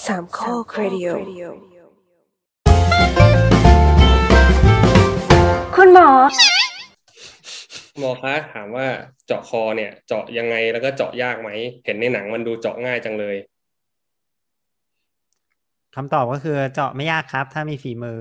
สามข้อครดิโอคุณหมอคะถามว่าเจาะคอเนี่ยเจาะยังไงแล้วก็เจาะยากไหมเห็นในหนังมันดูเจาะง่ายจังเลยคำตอบก็คือเจาะไม่ยากครับถ้ามีฝีมือ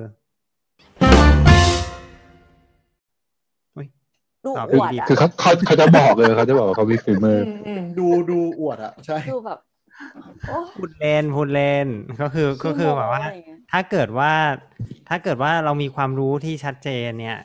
ดูอวดอ่ะคือเขาจะบอกเลยเขาจะบอกว่าเขามีฝีมือดูอวดอ่ะใช่ดูแบบพูดเล่นก็คือแบบว่าถ้าเกิดว่าเรามีความรู้ที่ชัดเจนเนี่ย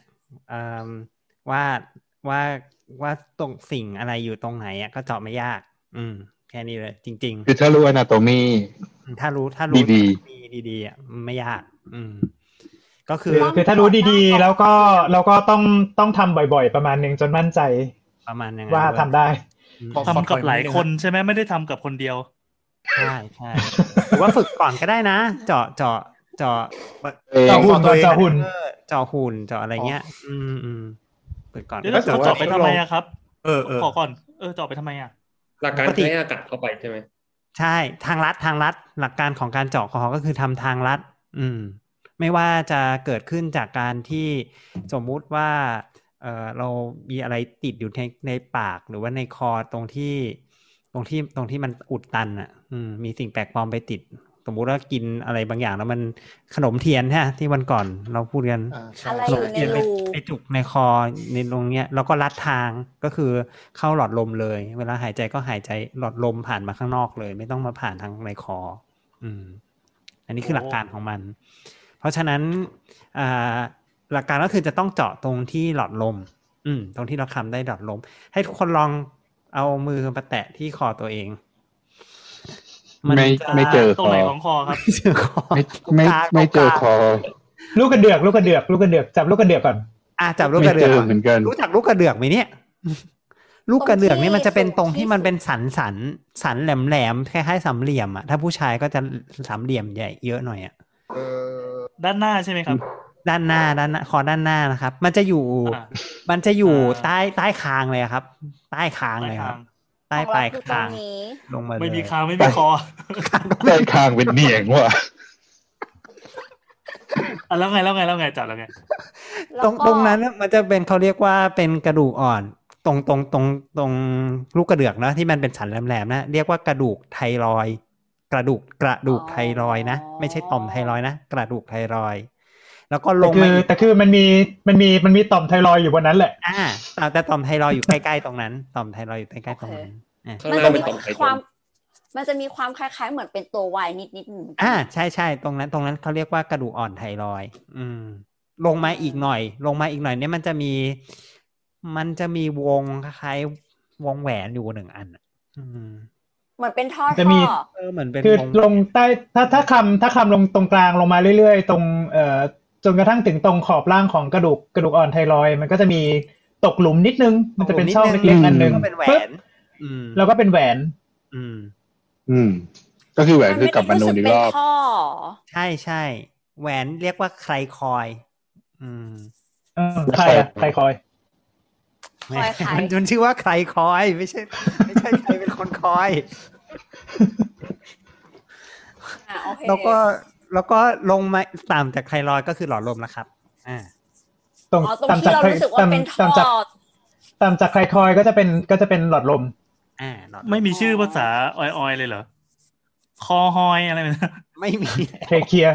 ว่าตรงสิ่งอะไรอยู่ตรงไหนอ่ะก็เจาะไม่ยากแค่นี้เลยจริงๆคือถ้ารู้ anatomy ถ้ารู้ดีๆอ่ะไม่ยากก็คือถ้ารู้ดีๆแล้วก็เราก็ต้องทำบ่อยๆประมาณนึงจนมั่นใจประมาณนึงว่าทำได้ทำกับหลายคนใช่ไหมไม่ได้ทำกับคนเดียวใช่หรือว่าฝึกก่อนก็ได้นะเจาะหุ่นเจาะหุ่นเจาะอะไรเงี้ยฝึกก่อนแล้วเจาะไปทำไมอะครับขอก่อนเจาะไปทำไมอะหลักการใช้อากาศเข้าไปใช่ไหมใช่ทางลัดหลักการของการเจาะคอก็คือทำทางลัดไม่ว่าจะเกิดขึ้นจากการที่สมมุติว่าเรามีอะไรติดอยู่ในปากหรือว่าในคอตรงที่มันอุดตันอ่ะมีสิ่งแปลกปลอมไปติดสมมุติว่ากินอะไรบางอย่างแล้วมันขนมเทียนฮะที่วันก่อนเราพูดกันอะไรอยู่ในรูไปจุกในคอในตรงเนี้ยแล้วก็ลัดทางก็คือเข้าหลอดลมเลยเวลาหายใจก็หายใจหลอดลมผ่านมาข้างนอกเลยไม่ต้องมาผ่านทางในคออันนี้คือหลักการของมันเพราะฉะนั้นหลักการก็คือจะต้องเจาะตรงที่หลอดลมตรงที่เราคำได้หลอดลมให้ทุกคนลองเอามือมาแตะที่คอตัวเองไม่เจอตรงไหนของคอครับไม่เจอคอไม่เจอคอลูกกระเดือกจับลูกกระเดือกก่อนจับลูกกระเดือกเหมือนกันรู้จักลูกกระเดือกไหมเนี่ยลูกกระเดือกนี่มันจะเป็นตรงที่มันเป็นสันแหลมๆคล้ายๆสามเหลี่ยมอ่ะถ้าผู้ชายก็จะสามเหลี่ยมใหญ่เยอะหน่อยอ่ะด้านหน้าใช่ไหมครับด้านหน้าคอด้านหน้านะครับมันจะอยู่ใต้คางเลยครับใต้คางเลยครับใต้ปลายคางลงมาเลยไม่มีคางไม่มีคอใต้คางเป็นเหนียงว่ะแล้วไงจับแล้วไงตรงนั้นมันจะเป็นเขาเรียกว่าเป็นกระดูกอ่อนตรงลูกกระเดือกนะที่มันเป็นสันแหลมๆนะเรียกว่ากระดูกไทรอยด์กระดูกไทรอยด์นะไม่ใช่ต่อมไทรอยด์นะกระดูกไทรอยด์แล้วก็ลงมาแต่คือมันมีต่อมไทรอยด์อยู่บนนั้นแหละแต่ต่อมไทรอยด์อยู่ใกล้ๆตรงนั้นต่อมไทรอยด์อยู่ใกล้ๆตรงนั้นมันจะมีความคล้ายๆเหมือนเป็นตัววายนิดใช่ๆตรงนั้นเขาเรียกว่ากระดูกอ่อนไทรอยด์ลงมาอีกหน่อยเนี่ยมันจะมีวงคล้ายๆวงแหวนอยู่หนึ่งอันเหมือนเป็นท่อจะมีเหมือนเป็นคือลงใต้ถ้าคำลงตรงกลางลงมาเรื่อยๆตรงจนกระทั่งถึงตรงขอบล่างของกระดูกอ่อนไทรอยด์มันก็จะมีตกหลุมนิดนึงมันจะเป็นช่องเล็กๆอันนึงปึ๊บแล้วก็เป็นแหวนก็คือแหวนคือกลับมานูนอีกรอบใช่แหวนเรียกว่าไคลคอยใครคอยมันชื่อว่าไคลคอยไม่ใช่ใครเป็นคนคอยแล้วก็ลงมาตามจากไทรอยด์ก็คือหลอดลมนะครับตรงที่เรารู้สึกว่าเป็นท่อตามจากไทรอยด์ก็จะเป็นหลอดลมไม่มีชื่อภาษาออยเลยเหรอคอฮอยอะไรแบบนั้นไม่มีเทเคีย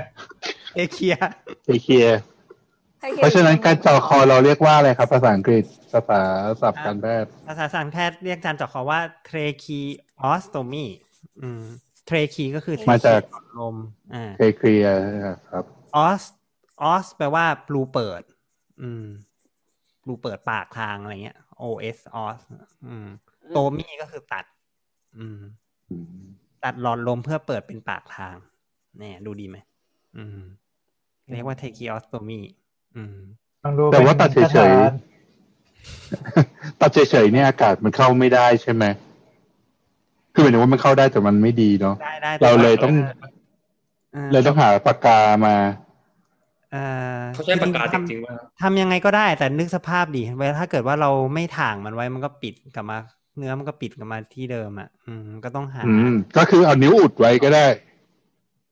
เพราะฉะนั้นการเจาะคอเราเรียกว่าอะไรครับภาษาอังกฤษภาษาศัพท์การแพทย์ภาษาการแพทย์เรียกการเจาะคอว่า tracheostomy trache ก็คือมาจากลม trachea ครับ os แปลว่ารูเปิดรูเปิดปากทางอะไรเงี้ย os stomy ก็คือตัดหลอดลมเพื่อเปิดเป็นปากทางเนี่ยดูดีไหมเรียกว่า tracheostomy แต่ว่าตัดเฉยๆเนี่ยอากาศมันเข้าไม่ได้ใช่ไหมคือหมายถึงว่ามันเข้าได้แต่มันไม่ดีเนาะเราเลยต้องหาปากกามาเขาใช้ปากกาจริงๆว่าทำยังไงก็ได้แต่นึกสภาพดิเวลาถ้าเกิดว่าเราไม่ถ่างมันไว้มันก็ปิดกลับมาเนื้อมันก็ปิดกลับมาที่เดิมก็ต้องหาก็คือเอานิ้วอุดไว้ก็ได้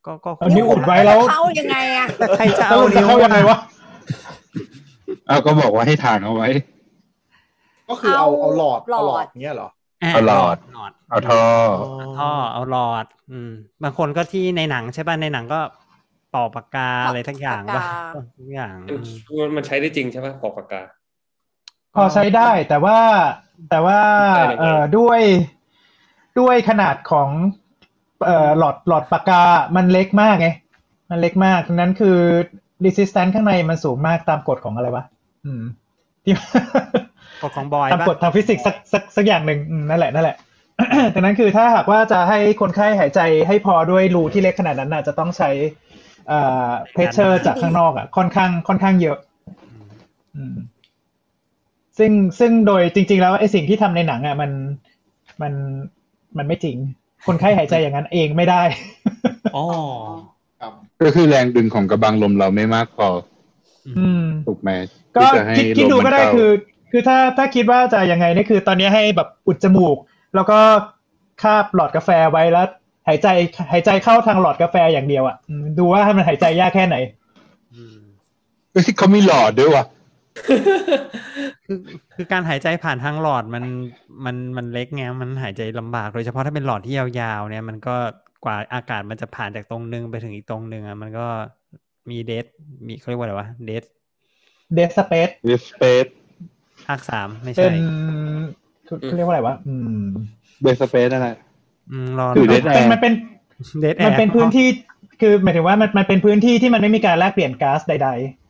ก็เอานิ้วอุดไว้แล้วเข้ายังไงอะใครจะเอานิ้วเข้ายังไงวะก็บอกว่าให้ทางเอาไว้ก็คือเอาหลอดเงี้ยเหรอเอาหลอดเอาท่อเอาหลอดบางคนก็ที่ในหนังใช่ป่ะในหนังก็ปอกปากกาอะไรทั้งอย่างป่ะทุกอย่างมันใช้ได้จริงใช่ป่ะปอกปากกาพอใช้ได้แต่ว่าด้วยขนาดของหลอดปากกามันเล็กมากไงมันเล็กมากดังนั้นคือ resistance ข้างในมันสูงมากตามกฎของอะไรวะที่กฎของบอยตามกฎทางฟิสิกส์สักอย่างหนึ่งนั่นแหละดังนั้นคือถ้าหากว่าจะให้คนไข้หายใจให้พอด้วยรูที่เล็กขนาดนั้นน่ะจะต้องใช้pressure จากข้างนอกค่อนข้างเยอะซึ่งโดยจริงๆแล้วไอ้สิ่งที่ทำในหนังมันไม่จริงคนไข้หายใจอย่างนั้นเองไม่ได้ก็คือแรงดึงของกระบังลมเราไม่มากพอถูกไหมก็คิดดูก็ได้คือถ้าคิดว่าจะยังไงนี่คือตอนนี้ให้แบบอุดจมูกแล้วก็คาบหลอดกาแฟไว้แล้วหายใจเข้าทางหลอดกาแฟอย่างเดียวดูว่าให้มันหายใจยากแค่ไหนเขามีหลอดด้วยว่ะคือการหายใจผ่านทางหลอดมันเล็กไงมันหายใจลำบากโดยเฉพาะถ้าเป็นหลอดที่ยาวๆเนี่ยมันก็กว่าอากาศมันจะผ่านจากตรงนึงไปถึงอีกตรงนึงมันก็มีมีเขาเรียกว่าอะไรวะเดสเปซภาค3ไม่ใช่เขาเรียกว่าอะไรวะเดสเปซอะไรมันเป็นพื้นที่คือหมายถึงว่ามันเป็นพื้นที่ที่มันไม่มีการแลกเปลี่ยนก๊าซใด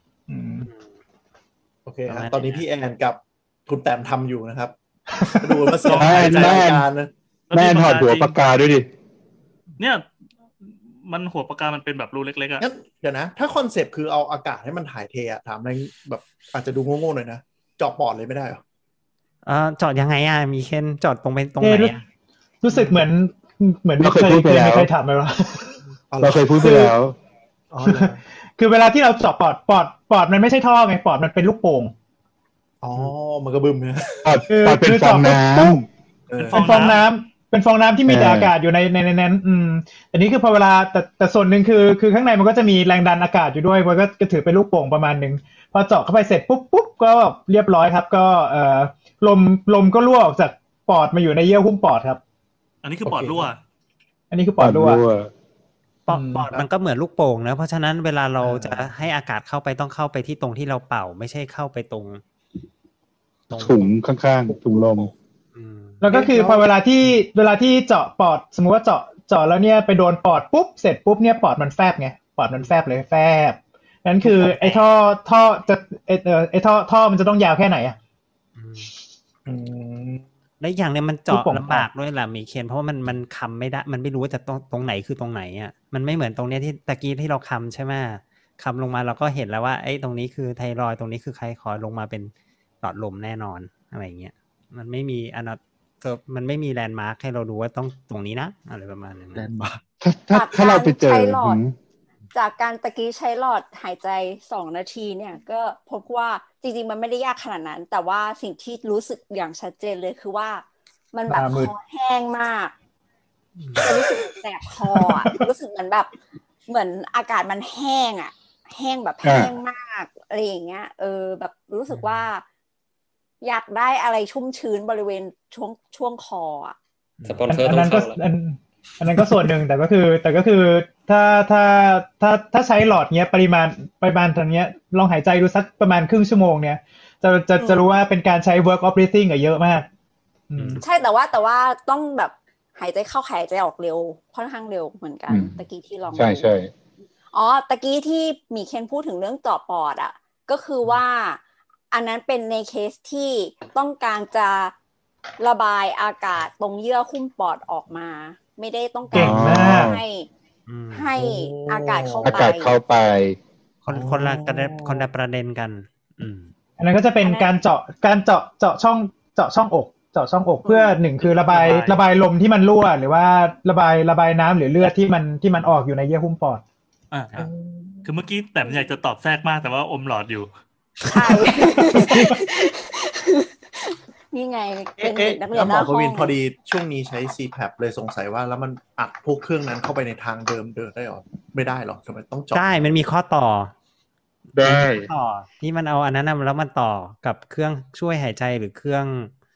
ๆโอเคฮะตอนนี้พี่แอนกับคุณแต้มทำอยู่นะครับดูมาซ้อมหายใจการนะแม่ถอดหัวปากกาด้วยดิเนี่ยมันหัวปากกามันเป็นแบบรูเล็กๆงั้นเดี๋ยวนะถ้าคอนเซปต์คือเอาอากาศให้มันถ่ายเทถามอะไรแบบอาจจะดูโง่ๆหน่อยนะเจาะปอดเลยไม่ได้หรอเจาะยังไงมีเคนเจาะตรงไหนรู้สึกเหมือนเราเคยพูดไปแล้วใครถามไหมวะเราเคยพูดไปแล้วคือเวลาที่เราเจาะปอดมันไม่ใช่ท่อไงปอดมันเป็นลูกโป่งมันก็บึ้มเนี่ยปอดเป็นฟองน้ำเป็นฟองน้ำที่มีแต่อากาศอยู่ในนั้นอันนี้คือพอเวลาแต่ส่วนหนึ่งคือข้างในมันก็จะมีแรงดันอากาศอยู่ด้วยมันก็ถือเป็นลูกโป่งประมาณนึงพอเจาะเข้าไปเสร็จปุ๊บก็เรียบร้อยครับก็ลมก็รั่วออกจากปอดมาอยู่ในเยื่อหุ้มปอดครับอันนี้คือปอดรั่วอันนี้คือปอดรั่วปอดมันก็เหมือนลูกโป่งนะเพราะฉะนั้นเวลาเราจะให้อากาศเข้าไปต้องเข้าไปที่ตรงที่เราเป่าไม่ใช่เข้าไปตรงถุงข้างๆถุงลมแล้วก็คือพอเวลาที่เจาะปอดสมมุติว่าเจาะแล้วเนี่ยไปโดนปอดปุ๊บเสร็จปุ๊บเนี่ยปอดมันแฟบไงปอดมันแฟบเลยแฟบนั่นคือไอ้ท่อจะไอ้ท่อมันจะต้องยาวแค่ไหนและอย่างเนี่ยมันเจาะลำบากด้วยล่ะมีเคนเพราะว่ามันคำไม่ได้มันไม่รู้ว่าจะตรงไหนคือตรงไหนมันไม่เหมือนตรงเนี้ยที่ตะกี้ที่เราคำใช่ไหมคำลงมาเราก็เห็นแล้วว่าไอ้ตรงนี้คือไทรอยด์ตรงนี้คือไขคอลงมาเป็นหลอดลมแน่นอนอะไรเงี้ยมันไม่มีมันไม่มีแลนด์มาร์คให้เราดูว่าต้องตรงนี้นะอะไรประมาณนั้นแลนด์มาร์คถ้าเราไปเจอจากการตะกี้ใช้หลอดหายใจ2 นาทีเนี่ยก็พบว่าจริงๆมันไม่ได้ยากขนาดนั้นแต่ว่าสิ่งที่รู้สึกอย่างชัดเจนเลยคือว่ามันแบบคอแห้งมากจะรู้สึกแสบคอรู้สึกเหมือนอากาศมันแห้งแห้งแบบแห้งมากอะไรอย่างเงี้ยแบบรู้สึกว่าอยากได้อะไรชุ่มชื้นบริเวณช่วงคอสปอนเซอร์ต้องเข้าอันนั้นก็ส่วนหนึ่งแต่ก็คือถ้าใช้หลอดเนี้ยปริมาณตอนเนี้ยลองหายใจดูสักประมาณครึ่งชั่วโมงเนี่ยจะรู้ว่าเป็นการใช้ work of breathing เยอะมากใช่แต่ว่าต้องแบบหายใจเข้าหายใจออกเร็วค่อนข้างเร็วเหมือนกันตะกี้ที่ลองใช่ตะกี้ที่มีเคนพูดถึงเรื่องเจาะปอดก็คือว่าอันนั้นเป็นในเคสที่ต้องการจะระบายอากาศตรงเยื่อหุ้มปอดออกมาไม่ได้ต้องการให้อากาศเข้าไปคนละประเด็นกันอันนั้นก็จะเป็นการเจาะช่องอกเพื่อหนึ่งคือระบายลมที่มันรั่วหรือว่าระบายน้ำหรือเลือดที่มันออกอยู่ในเยื่อหุ้มปอดคือเมื่อกี้แต่อยากจะตอบแทรกมากแต่ว่าอมหลอดอยู่ใช่นี่ไงเป็นเด็กนักเรียนแล้วหมอหน้าปห้อวิงนพอดีช่วงนี้ใช้ CPAP เลยสงสัยว่าแล้วมันอัดพวกเครื่องนั้นเข้าไปในทางเดิมเดินได้หรอไม่ได้หรอทำไมต้องเจาะได้มันมีข้อต่อได้ต่อที่มันเอาอันนั้นแล้วมันต่อกับเครื่องช่วยหายใจหรือเครื่อง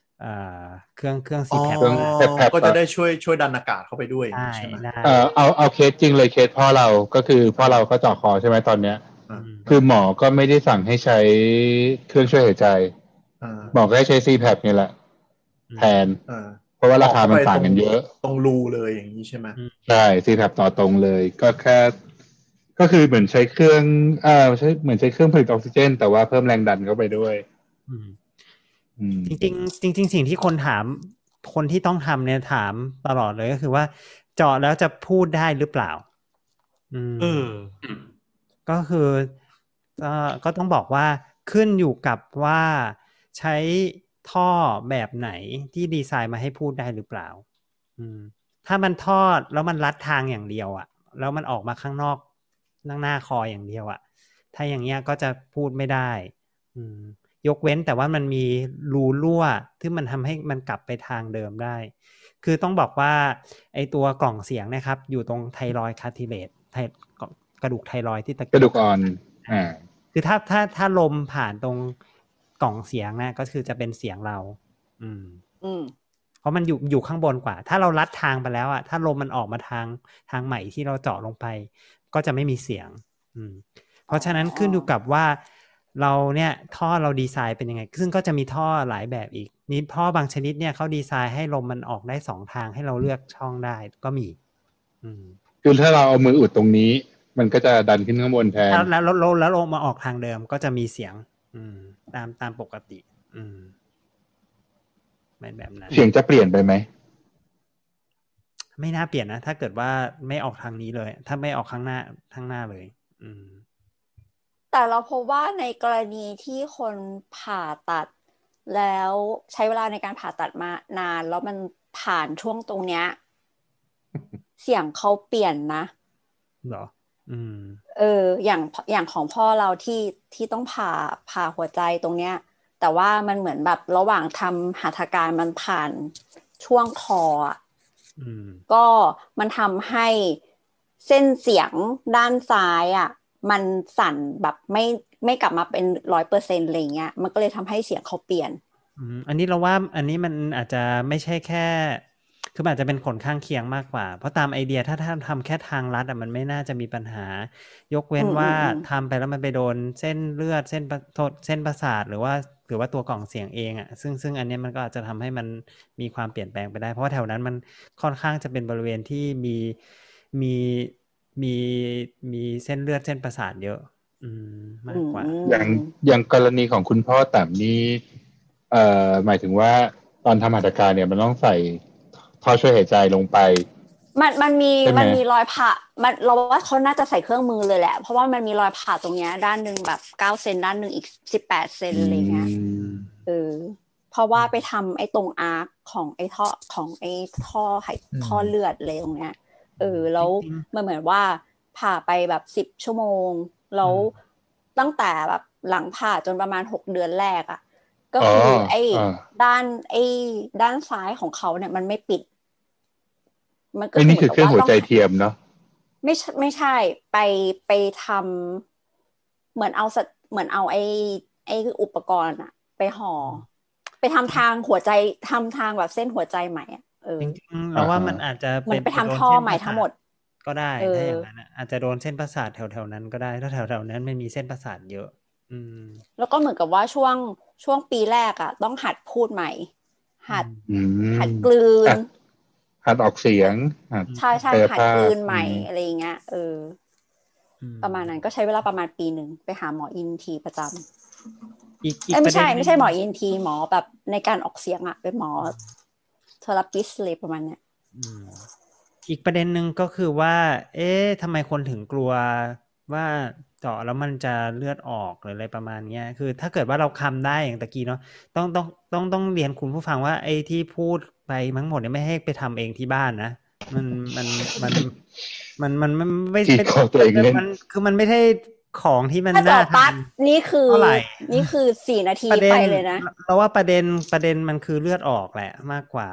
CPAP ก็จะได้ช่วยดันอากาศเข้าไปด้วยใช่ไหมเอาเคสจริงเลยเคสพ่อเราก็คือพ่อเราก็เจาะคอใช่ไหมตอนเนี้ยคือหมอก็ไม่ได้สั่งให้ใช้เครื่องช่วยหายใจหมอก็ให้ใช้ CPAP นี่แหละแทนเพราะว่าราคามันต่างกันเยอะตรงรูเลยอย่างนี้ใช่ไหมใช่ CPAP ต่อตรงเลยก็คือเหมือนใช้เครื่องเหมือนใช้เครื่องผลิตออกซิเจนแต่ว่าเพิ่มแรงดันเข้าไปด้วยจริงสิ่งที่คนที่ต้องทำเนี่ยถามตลอดเลยก็คือว่าเจาะแล้วจะพูดได้หรือเปล่าก็คือก็ต้องบอกว่าขึ้นอยู่กับว่าใช้ท่อแบบไหนที่ดีไซน์มาให้พูดได้หรือเปล่าถ้ามันทอดแล้วมันลัดทางอย่างเดียวอ่ะแล้วมันออกมาข้างนอกหน้าคออย่างเดียวอ่ะถ้าอย่างเงี้ยก็จะพูดไม่ได้ยกเว้นแต่ว่ามันมีรูรั่วที่มันทำให้มันกลับไปทางเดิมได้คือต้องบอกว่าไอตัวกล่องเสียงนะครับอยู่ตรงไทรอยด์คาร์ทิเลจกระดูกไทรอยด์ที่กระดูกอ่อนคือถ้าลมผ่านตรงกล่องเสียงนะก็คือจะเป็นเสียงเราเพราะมันอยู่ข้างบนกว่าถ้าเราลัดทางไปแล้วอ่ะถ้าลมมันออกมาทางใหม่ที่เราเจาะลงไปก็จะไม่มีเสียงเพราะฉะนั้นขึ้นอยู่กับว่าเราเนี่ยท่อเราดีไซน์เป็นยังไงซึ่งก็จะมีท่อหลายแบบอีกนี่ท่อบางชนิดเนี่ยเขาดีไซน์ให้ลมมันออกได้2ทางให้เราเลือกช่องได้ก็มีคือถ้าเราเอามืออุดตรงนี้มันก็จะดันขึ้นข้างบนแทนแล้วลงมาออกทางเดิมก็จะมีเสียงตามปกติแบบนั้นเสียงจะเปลี่ยนไปไหมไม่น่าเปลี่ยนนะถ้าเกิดว่าไม่ออกทางนี้เลยถ้าไม่ออกข้างหน้าเลยแต่เราพบว่าในกรณีที่คนผ่าตัดแล้วใช้เวลาในการผ่าตัดมานานแล้วมันผ่านช่วงตรงเนี้ย เสียงเขาเปลี่ยนนะเหรออย่างของพ่อเราที่ต้องผ่าหัวใจตรงเนี้ยแต่ว่ามันเหมือนแบบระหว่างทำหัตถการมันผ่านช่วงคอก็มันทำให้เส้นเสียงด้านซ้ายมันสั่นแบบไม่กลับมาเป็น 100% อะไรเงี้ยมันก็เลยทำให้เสียงเขาเปลี่ยนอันนี้เราว่าอันนี้มันอาจจะไม่ใช่แค่คืออาจจะเป็นผลข้างเคียงมากกว่าเพราะตามไอเดียถ้าทำแค่ทางลัดมันไม่น่าจะมีปัญหายกเว้นว่าทำไปแล้วมันไปโดนเส้นเลือดเส้นประสาทหรือว่าตัวกล่องเสียงเองซึ่งอันนี้มันก็อาจจะทำให้มันมีความเปลี่ยนแปลงไปได้เพราะว่าแถวนั้นมันค่อนข้างจะเป็นบริเวณที่มีเส้นเลือดเส้นประสาทเยอะมากกว่าอย่างกรณีของคุณพ่อแต้มนี่หมายถึงว่าตอนทำหัตถการเนี่ยมันต้องใส่ท่อช่วยหายใจลงไปมันมีรอยผ่าเราว่าเขาน่าจะใส่เครื่องมือเลยแหละเพราะว่ามันมีรอยผ่าตรงเนี้ยด้านนึงแบบ9 เซนด้านนึงอีก18 เซนอะไรเงี้ยเพราะว่าไปทำไอ้ตรงอาร์คของไอ้ท่อเลือดเลยตรงเนี้ยแล้วมันเหมือนว่าผ่าไปแบบ10 ชั่วโมงแล้วตั้งแต่แบบหลังผ่าจนประมาณ6 เดือนแรกก็คือด้านซ้ายของเขาเนี่ยมันไม่ปิดมันก็นี่คือเครื่องหัวใจเทียมเนาะไม่ใช่ไปทำเหมือนเอาไอ้อุปกรณ์ไปห่อไปทำทางหัวใจทำทางแบบเส้นหัวใจใหม่จริงๆเราว่ามันอาจจะเป็นไปทำท่อใหม่ทั้งหมดก็ได้ถ้าอย่างนั้นอาจจะโดนเส้นประสาทแถวๆนั้นก็ได้ถ้าแถวๆนั้นไม่มีเส้นประสาทเยอะแล้วก็เหมือนกับว่าช่วงปีแรกต้องหัดพูดใหม่หัดกลืนหัดออกเสียงใช่หัดกลืนใหม่อะไรอย่างเงี้ยประมาณนั้นก็ใช้เวลาประมาณปีนึงไปหาหมอ ENT ประจำไม่ใช่หมอ ENT หมอแบบในการออกเสียงเป็นหมอเทอราปิสต์เลยประมาณเนี้ยอีกประเด็นหนึ่งก็คือว่าทำไมคนถึงกลัวว่าเจาะแล้วมันจะเลือดออกหรืออะไรประมาณนี้คือถ้าเกิดว่าเราคำได้อย่างตะกี้เนาะต้องเรียนคุณผู้ฟังว่าไอ้ที่พูดไปทั้งหมดเนี่ยไม่ให้ไปทำเองที่บ้านนะมันไม่ตัวเองเล่นคือมันไม่ใช่ของที่มันถ้าเจาะน่าปั๊บทำนี่คือเท่าไหร่นี่คือ4 นาทีประเด็นไปเลยนะเราว่าประเด็นมันคือเลือดออกแหละมากกว่า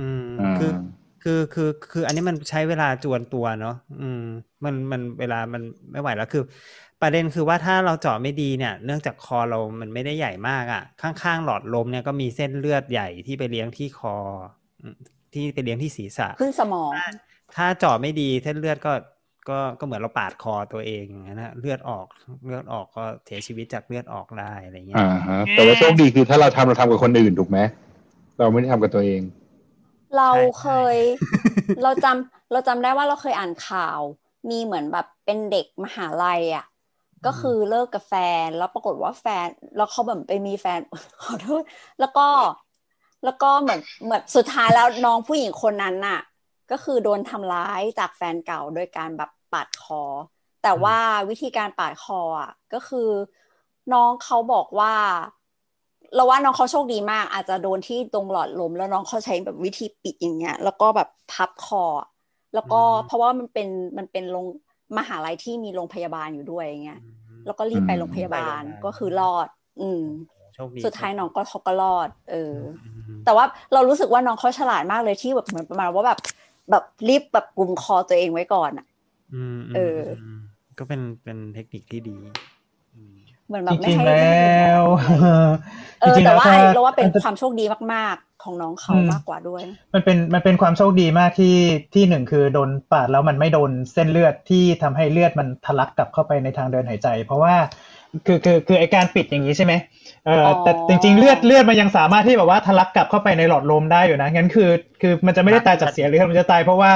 คืออันนี้มันใช้เวลาจวนตัวเนาะมันเวลามันไม่ไหวแล้วคือ ประเด็นคือว่าถ้าเราเจาะไม่ดีเนี่ยเนื่องจากคอเรามันไม่ได้ใหญ่มากอ่ะข้างๆหลอดลมเนี่ยก็มีเส้นเลือดใหญ่ที่ไปเลี้ยงที่คอที่ไปเลี้ยงที่ศีรษะขึ้นสมองถ้าเจาะไม่ดีเส้นเลือดก็เหมือนเราปาดคอตัวเองนะเลือดออกก็เสียชีวิตจากเลือดออกได้อะไรเงี้ยแต่ว่าโชคดีคือถ้าเราทำกับคนอื่นถูกไหมเราไม่ได้ทำกับตัวเองเราเคย เราจำได้ว่าเราเคยอ่านข่าวมีเหมือนแบบเป็นเด็กมหาลัยอ่ะก็คือเลิกกับแฟนแล้วปรากฏว่าแฟนแล้วเขาแบบไปมีแฟน ขอโทษแล้วก็เหมือนสุดท้ายแล้วน้องผู้หญิงคนนั้นน่ะก็คือโดนทำร้ายจากแฟนเก่าโดยการแบบปาดคอแต่ว่าวิธีการปาดคออ่ะก็คือน้องเขาบอกว่าเราว่าน้องเขาโชคดีมากอาจจะโดนที่ตรงหลอดลมแล้วน้องเขาใช้แบบวิธีปิดอย่างเงี้ยแล้วก็แบบพับคอแล้วก็เพราะว่ามันเป็นโรงมหาลัยที่มีโรงพยาบาลอยู่ด้วยอย่างเงี้ยแล้วก็รีบไปโรงพยาบาลก็คือรอดสุดท้ายน้องเขาก็รอดแต่ว่าเรารู้สึกว่าน้องเขาฉลาดมากเลยที่แบบเหมือนประมาณว่าแบบรีบแบบกุมคอตัวเองไว้ก่อนอ่ะก็เป็นเทคนิคที่ดีเหมือนแบบไม่ให้แล้วแต่ว่าเราว่าเป็นความโชคดีมากๆของน้องเขามากกว่าด้วยมันเป็นความโชคดีมากที่หนึ่งคือโดนปาดแล้วมันไม่โดนเส้นเลือดที่ทำให้เลือดมันทะลักกลับเข้าไปในทางเดินหายใจเพราะว่าคือไอการปิดอย่างนี้ใช่ไหมแต่จริงๆเลือดมันยังสามารถที่แบบว่าทะลักกลับเข้าไปในหลอดลมได้อยู่นะงั้นคือมันจะไม่ได้ตายจากเสียเลือดมันจะตายเพราะว่า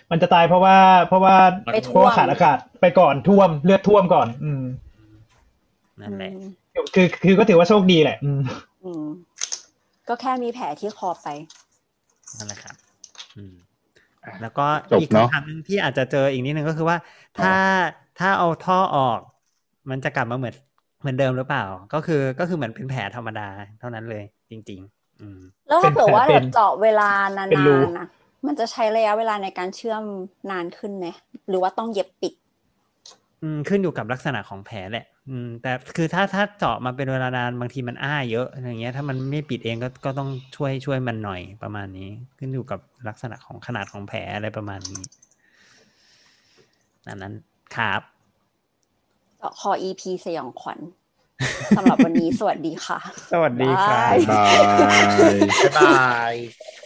ขาดอากาศไปก่อนท่วมเลือดท่วมก่อนนั่นแหละคือก็ถือว่าโชคดีแหละก็แค่มีแผลที่คอไปนั่นแหละครับแล้วก็อีกคำถามนึงที่อาจจะเจออีกนิดนึงก็คือว่าถ้าเอาท่อออกมันจะกลับมาเหมือนเดิมหรือเปล่าก็คือเหมือนเป็นแผลธรรมดาเท่านั้นเลยจริงๆแล้วถ้าเกิดว่าเราเจาะเวลานานๆนะมันจะใช้ระยะเวลาในการเชื่อมนานขึ้นไหมหรือว่าต้องเย็บปิดขึ้นอยู่กับลักษณะของแผลแหละแต่คือถ้าเจาะมาเป็นเวลานานบางทีมันอ้าเยอะอย่างเงี้ยถ้ามันไม่ปิดเองก็ต้องช่วยมันหน่อยประมาณนี้ขึ้นอยู่กับลักษณะของขนาดของแผลอะไรประมาณนี้นั้นครับเจาะคอ EP สยองขวัญสำหรับวันนี้สวัสดีค่ะสวัสดีค่ะบ๊ายบาย